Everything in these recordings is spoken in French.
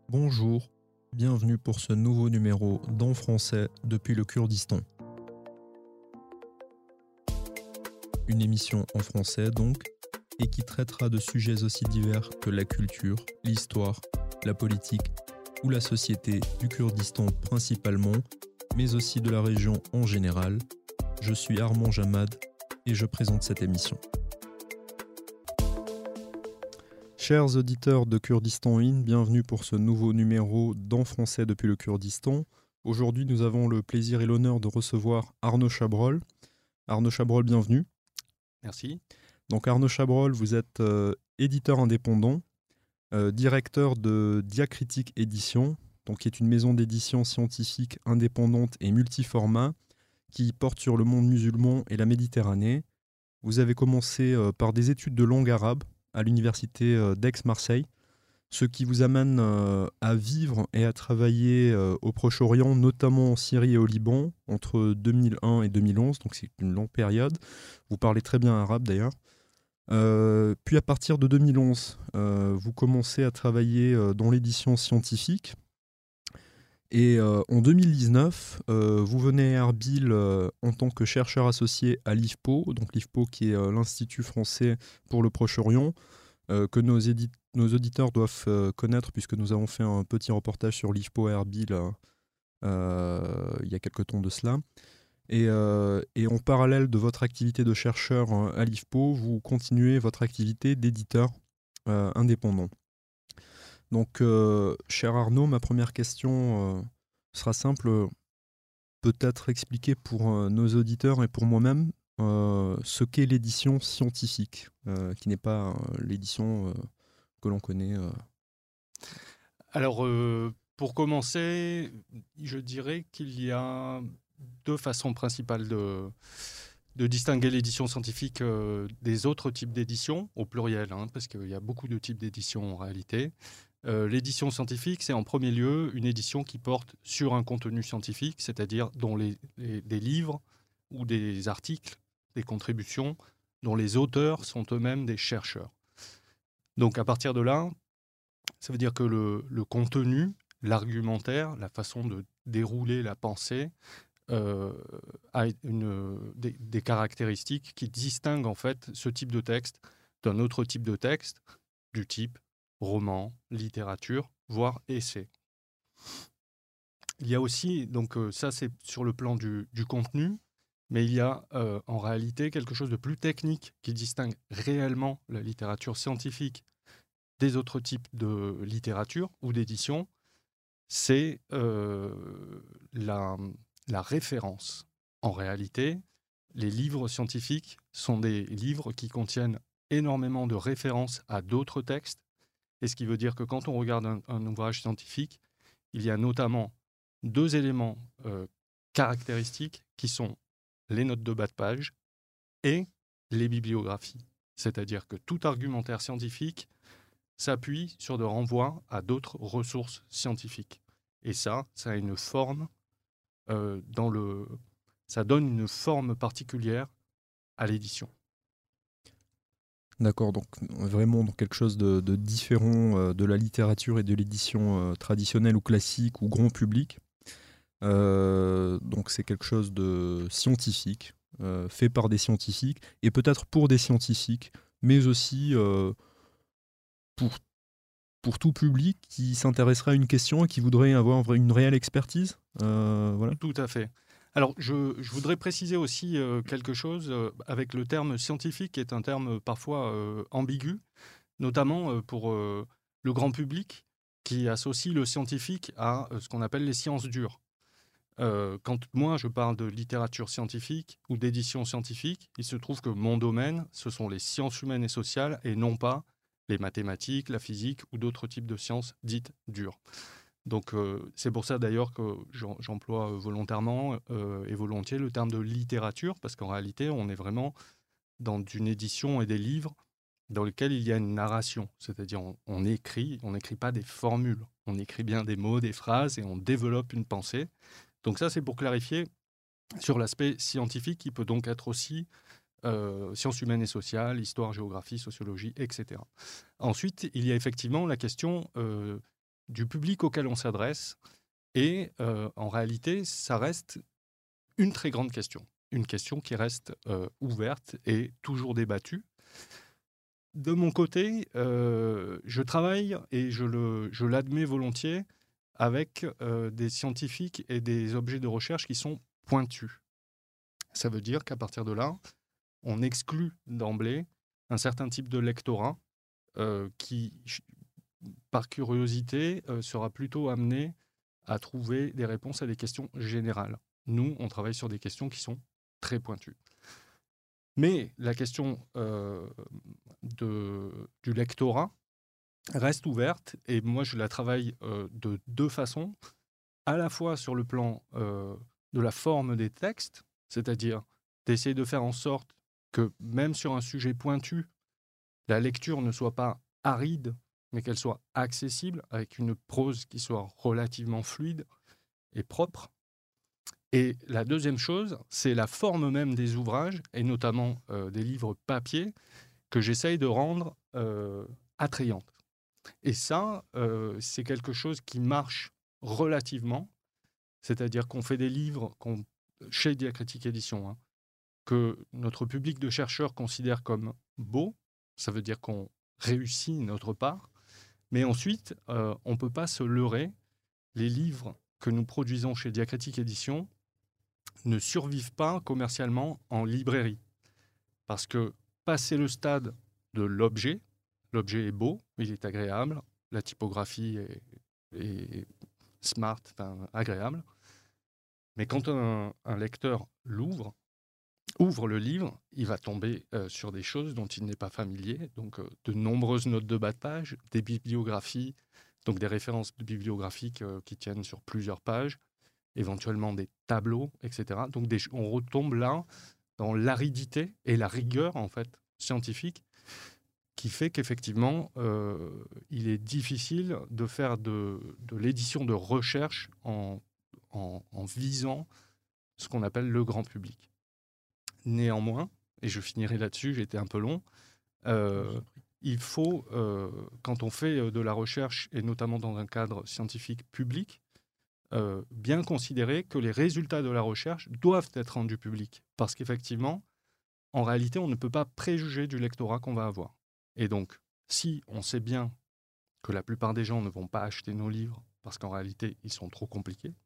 Bonjour, bienvenue pour ce nouveau numéro d'En français depuis le Kurdistan. Une émission en français donc, et qui traitera de sujets aussi divers que la culture, l'histoire, la politique ou la société du Kurdistan principalement, mais aussi de la région en général. Je suis Armand Jamad et je présente cette émission. Chers auditeurs de Kurdistan In, bienvenue pour ce nouveau numéro d'En français depuis le Kurdistan. Aujourd'hui, nous avons le plaisir et l'honneur de recevoir Arnaud Chabrol. Arnaud Chabrol, bienvenue. Merci. Donc Arnaud Chabrol, vous êtes éditeur indépendant, directeur de Diacritique Édition, donc qui est une maison d'édition scientifique indépendante et multiformat qui porte sur le monde musulman et la Méditerranée. Vous avez commencé par des études de langue arabe à l'université d'Aix-Marseille, ce qui vous amène à vivre et à travailler au Proche-Orient, notamment en Syrie et au Liban, entre 2001 et 2011, donc c'est une longue période. Vous parlez très bien arabe d'ailleurs. Puis à partir de 2011, vous commencez à travailler dans l'édition scientifique. Et en 2019, vous venez à Erbil en tant que chercheur associé à l'IFPO, donc l'IFPO qui est l'Institut français pour le Proche-Orient, que nos auditeurs doivent connaître puisque nous avons fait un petit reportage sur l'IFPO à Erbil il y a quelques temps de cela. Et en parallèle de votre activité de chercheur à l'IFPO, vous continuez votre activité d'éditeur indépendant. Donc, cher Arnaud, ma première question sera simple. Peut-être expliquer pour nos auditeurs et pour moi-même ce qu'est l'édition scientifique, qui n'est pas l'édition que l'on connaît. Alors, pour commencer, je dirais qu'il y a deux façons principales de distinguer l'édition scientifique des autres types d'éditions, au pluriel, parce qu'il y a beaucoup de types d'éditions en réalité. L'édition scientifique, c'est en premier lieu une édition qui porte sur un contenu scientifique, c'est-à-dire dont des livres ou des articles, des contributions, dont les auteurs sont eux-mêmes des chercheurs. Donc à partir de là, ça veut dire que le contenu, l'argumentaire, la façon de dérouler la pensée a des caractéristiques qui distinguent en fait ce type de texte d'un autre type de texte, du type roman, littérature, voire essai. Il y a aussi, donc ça c'est sur le plan du contenu, mais il y a en réalité quelque chose de plus technique qui distingue réellement la littérature scientifique des autres types de littérature ou d'édition, c'est la référence. En réalité, les livres scientifiques sont des livres qui contiennent énormément de références à d'autres textes, et ce qui veut dire que quand on regarde un ouvrage scientifique, il y a notamment deux éléments caractéristiques qui sont les notes de bas de page et les bibliographies. C'est-à-dire que tout argumentaire scientifique s'appuie sur des renvois à d'autres ressources scientifiques. Et ça a une forme ça donne une forme particulière à l'édition. D'accord, donc vraiment dans quelque chose de différent de la littérature et de l'édition traditionnelle ou classique ou grand public. Donc c'est quelque chose de scientifique, fait par des scientifiques, et peut-être pour des scientifiques, mais aussi pour, pour tout public qui s'intéresserait à une question et qui voudrait avoir une réelle expertise. Voilà. Tout à fait. Alors, je voudrais préciser aussi quelque chose avec le terme scientifique, qui est un terme parfois ambigu, notamment pour le grand public, qui associe le scientifique à ce qu'on appelle les sciences dures. Quand moi je parle de littérature scientifique ou d'édition scientifique, il se trouve que mon domaine, ce sont les sciences humaines et sociales et non pas les mathématiques, la physique ou d'autres types de sciences dites dures. Donc c'est pour ça d'ailleurs que j'emploie volontairement et volontiers le terme de littérature, parce qu'en réalité on est vraiment dans une édition et des livres dans lesquels il y a une narration, c'est-à-dire on n'écrit pas des formules, on écrit bien des mots, des phrases et on développe une pensée. Donc ça c'est pour clarifier sur l'aspect scientifique qui peut donc être aussi sciences humaines et sociales, histoire, géographie, sociologie, etc. Ensuite, il y a effectivement la question du public auquel on s'adresse. Et en réalité, ça reste une très grande question. Une question qui reste ouverte et toujours débattue. De mon côté, je travaille, et je l'admets volontiers, avec des scientifiques et des objets de recherche qui sont pointus. Ça veut dire qu'à partir de là, on exclut d'emblée un certain type de lectorat qui, par curiosité, sera plutôt amené à trouver des réponses à des questions générales. Nous, on travaille sur des questions qui sont très pointues. Mais la question du lectorat reste ouverte, et moi je la travaille de deux façons, à la fois sur le plan de la forme des textes, c'est-à-dire d'essayer de faire en sorte que même sur un sujet pointu, la lecture ne soit pas aride, mais qu'elle soit accessible, avec une prose qui soit relativement fluide et propre. Et la deuxième chose, c'est la forme même des ouvrages, et notamment des livres papier, que j'essaye de rendre attrayante. Et ça, c'est quelque chose qui marche relativement, c'est-à-dire qu'on fait des livres chez Diacritique Édition, hein, que notre public de chercheurs considère comme beaux, ça veut dire qu'on réussit notre part, mais ensuite, on ne peut pas se leurrer, les livres que nous produisons chez Diacritique Édition ne survivent pas commercialement en librairie. Parce que, passé le stade de l'objet est beau, il est agréable, la typographie est smart, enfin, agréable. Mais quand un lecteur ouvre le livre, il va tomber sur des choses dont il n'est pas familier. Donc, de nombreuses notes de bas de page, des bibliographies, donc des références bibliographiques qui tiennent sur plusieurs pages, éventuellement des tableaux, etc. Donc on retombe là dans l'aridité et la rigueur en fait scientifique, qui fait qu'effectivement il est difficile de faire de l'édition de recherche en visant ce qu'on appelle le grand public. Néanmoins, et je finirai là-dessus, j'ai été un peu long, il faut, quand on fait de la recherche, et notamment dans un cadre scientifique public, bien considérer que les résultats de la recherche doivent être rendus publics. Parce qu'effectivement, en réalité, on ne peut pas préjuger du lectorat qu'on va avoir. Et donc, si on sait bien que la plupart des gens ne vont pas acheter nos livres parce qu'en réalité, ils sont trop compliqués,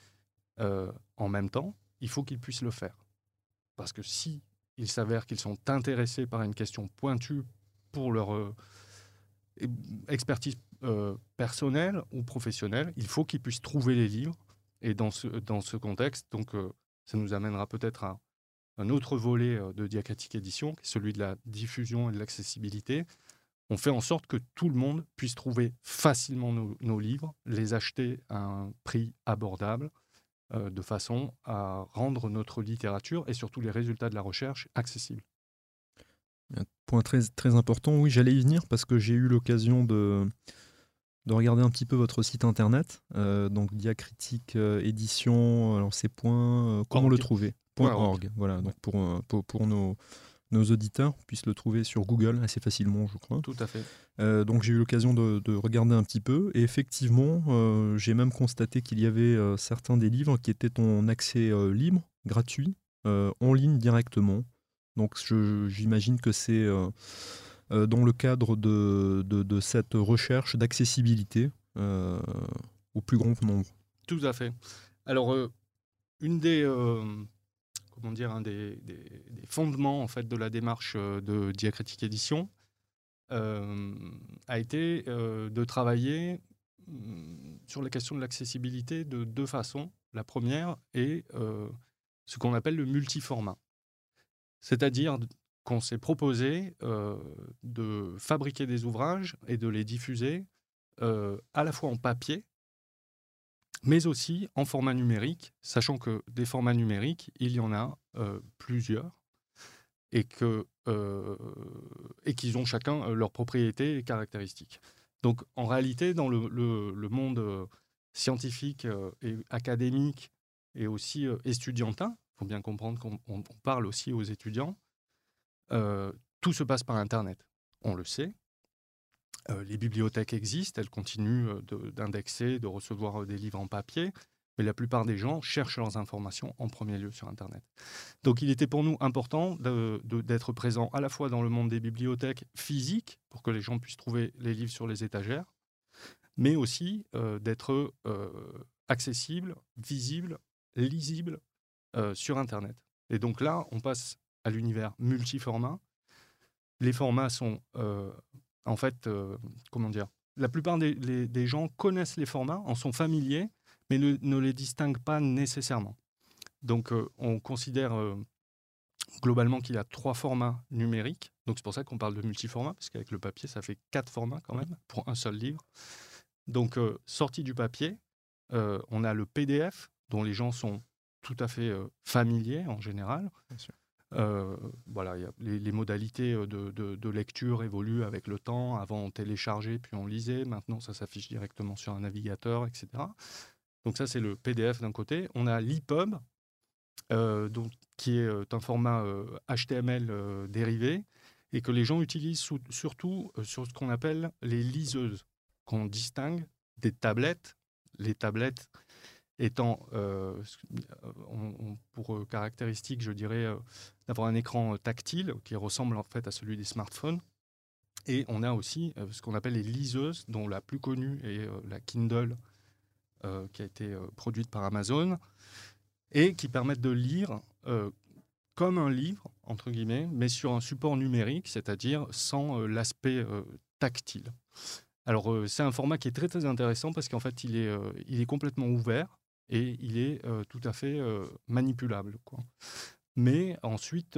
en même temps, il faut qu'ils puissent le faire. Parce que si il s'avère qu'ils sont intéressés par une question pointue pour leur expertise personnelle ou professionnelle, il faut qu'ils puissent trouver les livres. Et dans ce contexte, donc, ça nous amènera peut-être à un autre volet de Diacritique Édition, qui est celui de la diffusion et de l'accessibilité. On fait en sorte que tout le monde puisse trouver facilement nos livres, les acheter à un prix abordable, de façon à rendre notre littérature et surtout les résultats de la recherche accessibles. Un point très, très important, oui, j'allais y venir parce que j'ai eu l'occasion de regarder un petit peu votre site internet, donc Diacritique Édition, alors c'est comment le trouver .org, voilà, donc pour nos auditeurs puissent le trouver sur Google assez facilement, je crois. Tout à fait. Donc j'ai eu l'occasion de regarder un petit peu, et effectivement, j'ai même constaté qu'il y avait certains des livres qui étaient en accès libre, gratuit, en ligne directement. Donc j'imagine que c'est dans le cadre de cette recherche d'accessibilité au plus grand nombre. Tout à fait. Alors, un des fondements en fait, de la démarche de Diacritique Édition a été de travailler sur la question de l'accessibilité de deux façons. La première est ce qu'on appelle le multiformat. C'est-à-dire qu'on s'est proposé de fabriquer des ouvrages et de les diffuser à la fois en papier, mais aussi en format numérique, sachant que des formats numériques, il y en a plusieurs, et qu'ils ont chacun leurs propriétés et caractéristiques. Donc, en réalité, dans le monde scientifique et académique, et aussi estudiantin, il faut bien comprendre qu'on parle aussi aux étudiants, tout se passe par Internet. On le sait. Les bibliothèques existent, elles continuent d'indexer, de recevoir des livres en papier, mais la plupart des gens cherchent leurs informations en premier lieu sur Internet. Donc il était pour nous important d'être présent à la fois dans le monde des bibliothèques physiques, pour que les gens puissent trouver les livres sur les étagères, mais aussi d'être accessible, visible, lisible sur Internet. Et donc là, on passe à l'univers multiformat. Les formats sont, en fait, comment dire, la plupart des gens connaissent les formats, en sont familiers, mais ne les distinguent pas nécessairement. Donc, on considère globalement qu'il y a 3 formats numériques. Donc, c'est pour ça qu'on parle de multiformat, parce qu'avec le papier, ça fait 4 formats quand même, pour un seul livre. Donc, sortie du papier, on a le PDF, dont les gens sont tout à fait familiers en général. Bien sûr. Voilà, les modalités de lecture évoluent avec le temps. Avant, on téléchargeait, puis on lisait. Maintenant, ça s'affiche directement sur un navigateur, etc. Donc ça, c'est le PDF d'un côté. On a l'EPUB, qui est un format HTML dérivé, et que les gens utilisent surtout sur ce qu'on appelle les liseuses, qu'on distingue des tablettes. Les tablettes étant pour caractéristique, je dirais, d'avoir un écran tactile qui ressemble en fait à celui des smartphones. Et on a aussi ce qu'on appelle les liseuses, dont la plus connue est la Kindle, qui a été produite par Amazon, et qui permettent de lire comme un livre, entre guillemets, mais sur un support numérique, c'est-à-dire sans l'aspect tactile. Alors, c'est un format qui est très, très intéressant parce qu'en fait, il est complètement ouvert et il est tout à fait manipulable, quoi. Mais ensuite,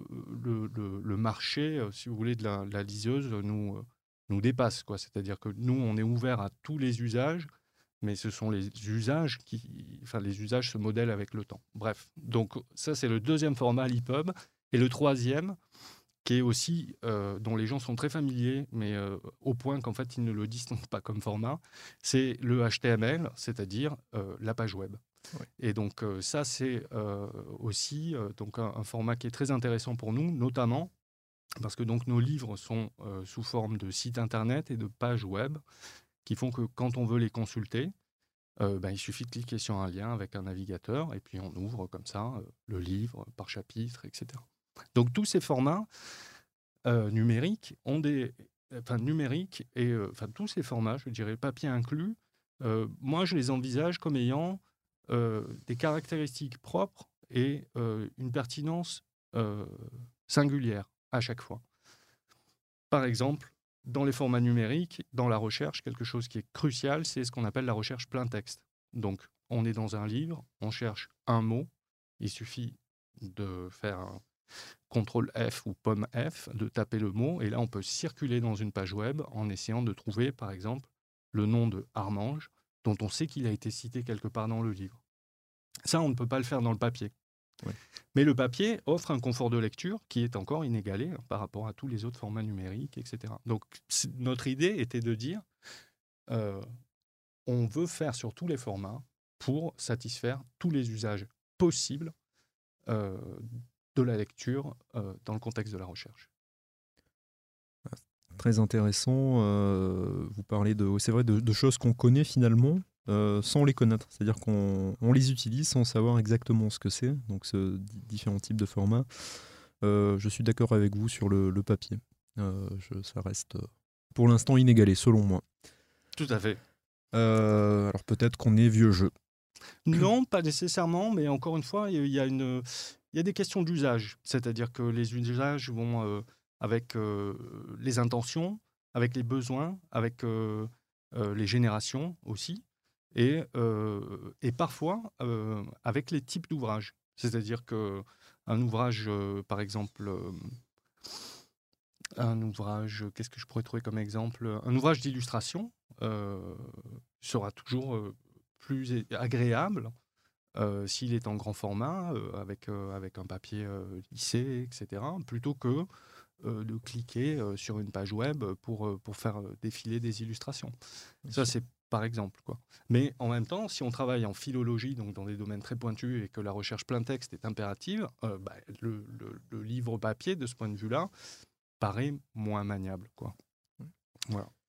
le marché, si vous voulez, de la liseuse nous dépasse, quoi. C'est-à-dire que nous, on est ouvert à tous les usages, mais ce sont les usages les usages se modèlent avec le temps. Bref, donc ça, c'est le deuxième format, l'EPUB. Et le troisième, qui est aussi, dont les gens sont très familiers, mais au point qu'en fait, ils ne le distinguent pas comme format, c'est le HTML, c'est-à-dire la page web. Ouais. Et donc ça, c'est aussi donc un format qui est très intéressant pour nous, notamment parce que donc, nos livres sont sous forme de sites internet et de pages web, qui font que quand on veut les consulter, il suffit de cliquer sur un lien avec un navigateur, et puis on ouvre comme ça le livre par chapitre, etc. Donc tous ces formats numériques ont numériques et tous ces formats, je dirais papier inclus, moi je les envisage comme ayant des caractéristiques propres et une pertinence singulière à chaque fois. Par exemple, dans les formats numériques, dans la recherche, quelque chose qui est crucial, c'est ce qu'on appelle la recherche plein texte. Donc, on est dans un livre, on cherche un mot, il suffit de faire un CTRL F ou pomme F, de taper le mot, et là, on peut circuler dans une page web en essayant de trouver, par exemple, le nom de Armange, dont on sait qu'il a été cité quelque part dans le livre. Ça, on ne peut pas le faire dans le papier. Ouais. Mais le papier offre un confort de lecture qui est encore inégalé par rapport à tous les autres formats numériques, etc. Donc, notre idée était de dire, on veut faire sur tous les formats pour satisfaire tous les usages possibles de la lecture dans le contexte de la recherche. Très intéressant. Vous parlez c'est vrai, de choses qu'on connaît finalement sans les connaître. C'est-à-dire qu'on les utilise sans savoir exactement ce que c'est. Donc, différents types de formats. Je suis d'accord avec vous sur le papier. Ça reste pour l'instant inégalé, selon moi. Tout à fait. Alors peut-être qu'on est vieux jeu. Non, pas nécessairement, mais encore une fois, il y a des questions d'usage. C'est-à-dire que les usages vont avec les intentions, avec les besoins, avec les générations aussi, et parfois avec les types d'ouvrages. C'est-à-dire qu'un ouvrage, par exemple, qu'est-ce que je pourrais trouver comme exemple? Un ouvrage d'illustration sera toujours plus agréable s'il est en grand format, avec un papier lissé, etc., plutôt que de cliquer sur une page web pour faire défiler des illustrations. Ça, c'est par exemple, quoi. Mais en même temps, si on travaille en philologie, donc dans des domaines très pointus, et que la recherche plein texte est impérative, le livre papier, de ce point de vue-là, paraît moins maniable, quoi. Voilà.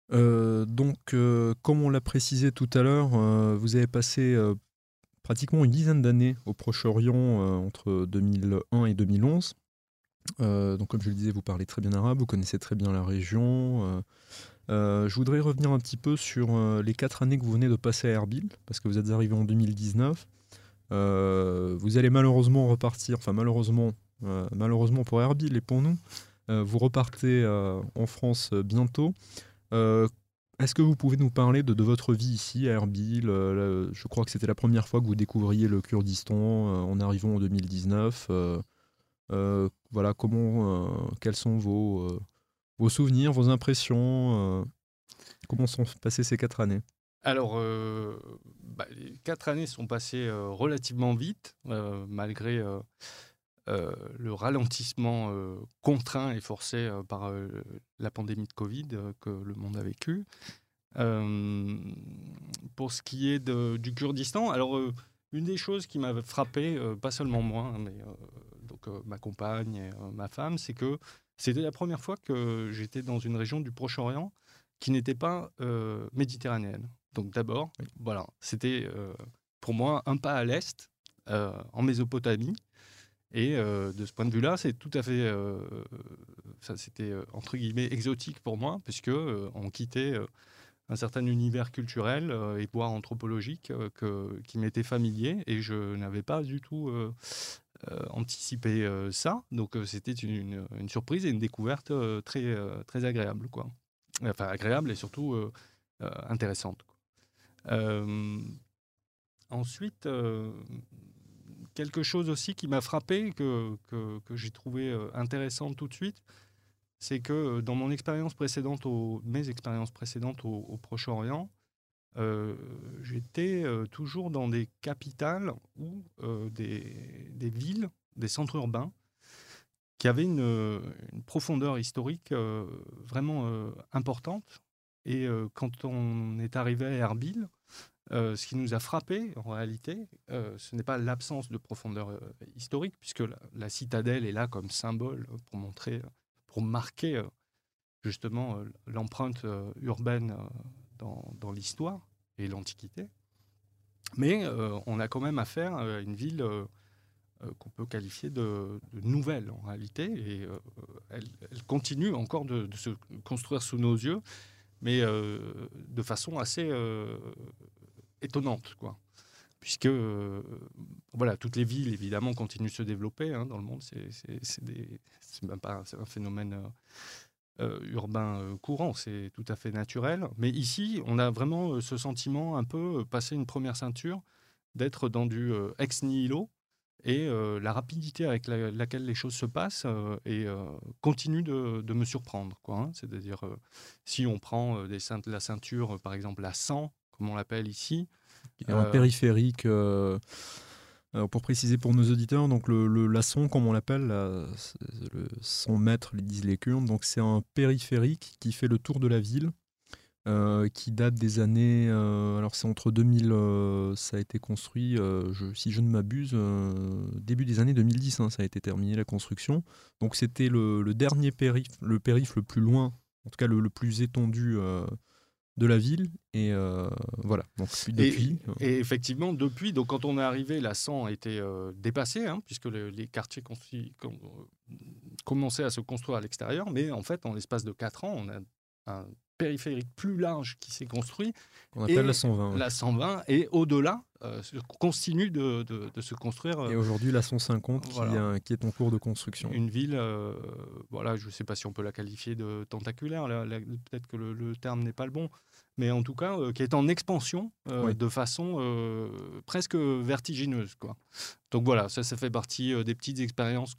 Comme on l'a précisé tout à l'heure, vous avez passé pratiquement une dizaine d'années au Proche-Orient entre 2001 et 2011. Donc, comme je le disais, vous parlez très bien arabe, vous connaissez très bien la région. Je voudrais revenir un petit peu sur les 4 années que vous venez de passer à Erbil, parce que vous êtes arrivé en 2019. Vous allez malheureusement repartir, enfin malheureusement pour Erbil et pour nous, vous repartez en France bientôt. Euh, Est-ce que vous pouvez nous parler de votre vie ici à Erbil? Je crois que c'était la première fois que vous découvriez le Kurdistan en arrivant en 2019. Voilà, quels sont vos souvenirs, vos impressions? Comment sont passées ces 4 années? Alors, les 4 années sont passées relativement vite, malgré le ralentissement contraint et forcé par la pandémie de Covid que le monde a vécu. Pour ce qui est du Kurdistan, alors une des choses qui m'a frappé, pas seulement moi, hein, mais ma compagne et ma femme, c'est que c'était la première fois que j'étais dans une région du Proche-Orient qui n'était pas méditerranéenne. Donc d'abord, Oui. voilà, c'était pour moi un pas à l'est, en Mésopotamie. Et de ce point de vue-là, c'est tout à fait, ça c'était entre guillemets exotique pour moi, puisque on quittait un certain univers culturel et voire anthropologique qui m'était familier, et je n'avais pas du tout anticipé ça. Donc c'était une surprise et une découverte très agréable, quoi. Enfin agréable et surtout intéressante, quoi. Euh, Ensuite, quelque chose aussi qui m'a frappé, que j'ai trouvé intéressant tout de suite, c'est que dans mes expériences précédentes au Proche-Orient, euh, j'étais toujours dans des capitales ou des villes, des centres urbains, qui avaient une profondeur historique vraiment importante. Et quand on est arrivé à Erbil, ce qui nous a frappé, en réalité, ce n'est pas l'absence de profondeur historique, puisque la citadelle est là comme symbole pour marquer justement l'empreinte urbaine dans l'histoire et l'Antiquité. Mais on a quand même affaire à une ville qu'on peut qualifier de nouvelle en réalité, et elle continue encore de se construire sous nos yeux, mais de façon assez étonnante, quoi. Puisque voilà, toutes les villes évidemment continuent de se développer, hein, dans le monde. C'est même pas c'est un phénomène urbain courant, c'est tout à fait naturel. Mais ici, on a vraiment ce sentiment un peu passer une première ceinture, d'être dans du ex nihilo, et la rapidité avec laquelle les choses se passent continue de me surprendre, quoi, hein. C'est-à-dire, si on prend la ceinture, par exemple, la 100, comme on l'appelle ici. Il y a un périphérique. Alors pour préciser pour nos auditeurs, donc la son, comme on l'appelle, le 100 mètres, disent les Kurdes, donc c'est un périphérique qui fait le tour de la ville, qui date des années. Alors c'est entre 2000, ça a été construit, si je ne m'abuse, début des années 2010, hein, ça a été terminé la construction. Donc c'était le dernier périph' le plus loin, en tout cas le plus étendu de la ville. Et voilà, donc depuis. Et effectivement, depuis, donc quand on est arrivé, la 100 a été dépassée, hein, puisque les quartiers commençaient à se construire à l'extérieur. Mais en fait, en l'espace de 4 ans, on a un périphérique plus large qui s'est construit. On appelle la 120. La 120, et au-delà, continue de se construire. Et aujourd'hui, la 150 Voilà. qui est en cours de construction. Une ville, voilà, je ne sais pas si on peut la qualifier de tentaculaire, peut-être que le terme n'est pas le bon, mais en tout cas, qui est en expansion Oui. de façon presque vertigineuse, quoi. Donc voilà, ça fait partie des petites expériences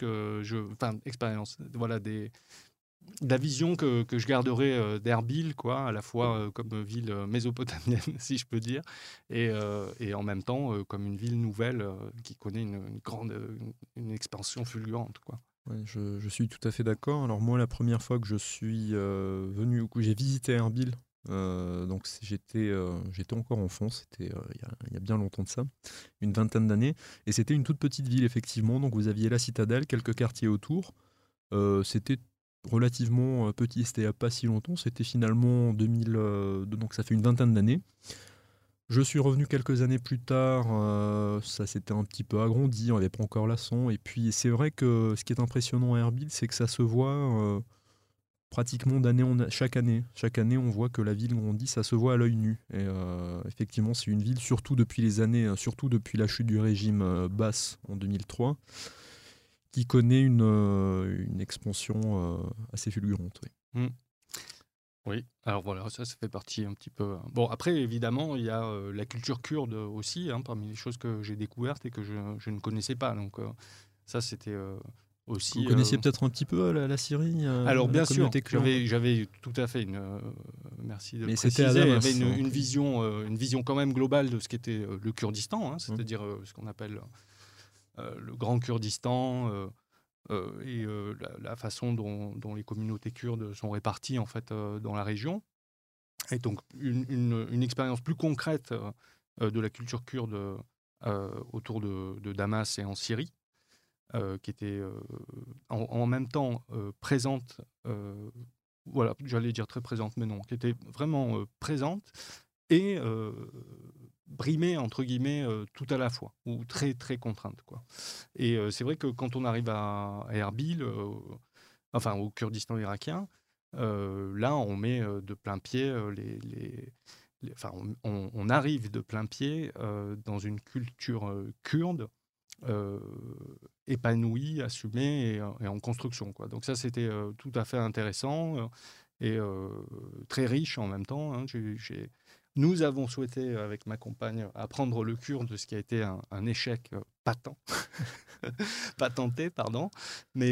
voilà, de la vision que je garderai d'Erbil, quoi, à la fois comme ville mésopotamienne, si je peux dire, et en même temps comme une ville nouvelle qui connaît une expansion fulgurante, quoi. Ouais, je suis tout à fait d'accord. Alors moi, la première fois que je suis venu, ou que j'ai visité Erbil, donc j'étais encore enfant, c'était il y a bien longtemps de ça, une vingtaine d'années, et c'était une toute petite ville effectivement. Donc vous aviez la citadelle, quelques quartiers autour. C'était relativement petit, c'était il n'y a pas si longtemps, c'était finalement en 2000, donc ça fait une vingtaine d'années. Je suis revenu quelques années plus tard, ça s'était un petit peu agrandi, on n'avait pas encore la son. Et puis c'est vrai que ce qui est impressionnant à Erbil, c'est que ça se voit pratiquement chaque année. Chaque année, on voit que la ville grandit, ça se voit à l'œil nu. Et effectivement, c'est une ville, surtout depuis la chute du régime Baas en 2003, qui connaît une expansion assez fulgurante. Oui. Mm. Oui, alors voilà, ça fait partie un petit peu. Bon, après, évidemment, il y a la culture kurde aussi, hein, parmi les choses que j'ai découvertes et que je ne connaissais pas. Donc, ça, c'était aussi. Vous connaissiez peut-être un petit peu la Syrie, Alors, bien la sûr, communauté kurde. j'avais tout à fait merci de le Mais c'était préciser. à Il y Damas, avait une hein. vision quand même globale de ce qu'était le Kurdistan, hein, c'est-à-dire ce qu'on appelle le Grand Kurdistan. Et la façon dont les communautés kurdes sont réparties en fait dans la région. Et donc une expérience plus concrète de la culture kurde autour de Damas et en Syrie, qui était en même temps présente, voilà, j'allais dire très présente, mais non, qui était vraiment présente et brimée, entre guillemets, tout à la fois, ou très, très contrainte, quoi. Et c'est vrai que quand on arrive à Erbil, enfin au Kurdistan irakien, là, on met de plein pied enfin, on arrive de plein pied dans une culture kurde épanouie, assumée et en construction, quoi. Donc ça, c'était tout à fait intéressant et très riche en même temps, hein. Nous avons souhaité, avec ma compagne, apprendre le kurde, ce qui a été un échec patenté, pardon. Mais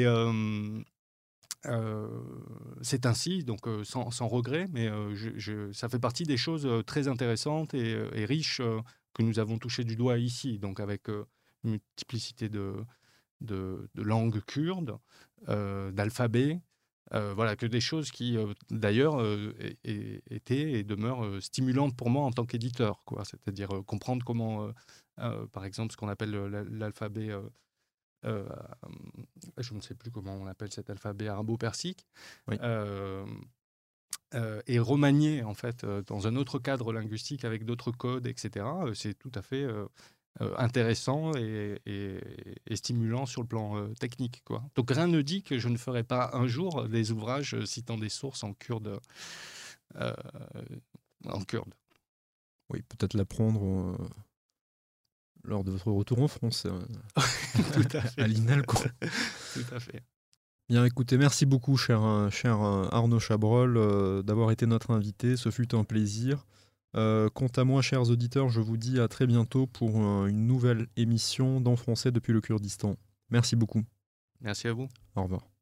c'est ainsi, donc sans regret, mais ça fait partie des choses très intéressantes et riches que nous avons touché du doigt ici, donc avec une multiplicité de langues kurdes, d'alphabets, voilà, que des choses qui, d'ailleurs, étaient et demeurent stimulantes pour moi en tant qu'éditeur, quoi. C'est-à-dire comprendre comment, par exemple, ce qu'on appelle l'alphabet, je ne sais plus comment on appelle cet alphabet arabo-persique, Oui. et remanié, en fait, dans un autre cadre linguistique avec d'autres codes, etc. C'est tout à fait intéressant et stimulant sur le plan technique, quoi. Donc rien ne dit que je ne ferai pas un jour des ouvrages citant des sources en kurde. Oui, peut-être l'apprendre lors de votre retour en France, Tout à fait. à l'INALCO. Tout à fait. Bien, écoutez, merci beaucoup, cher Arnaud Chabrol, d'avoir été notre invité. Ce fut un plaisir. Quant à moi, chers auditeurs, je vous dis à très bientôt pour une nouvelle émission d'En français depuis le Kurdistan. Merci beaucoup. Merci à vous. Au revoir.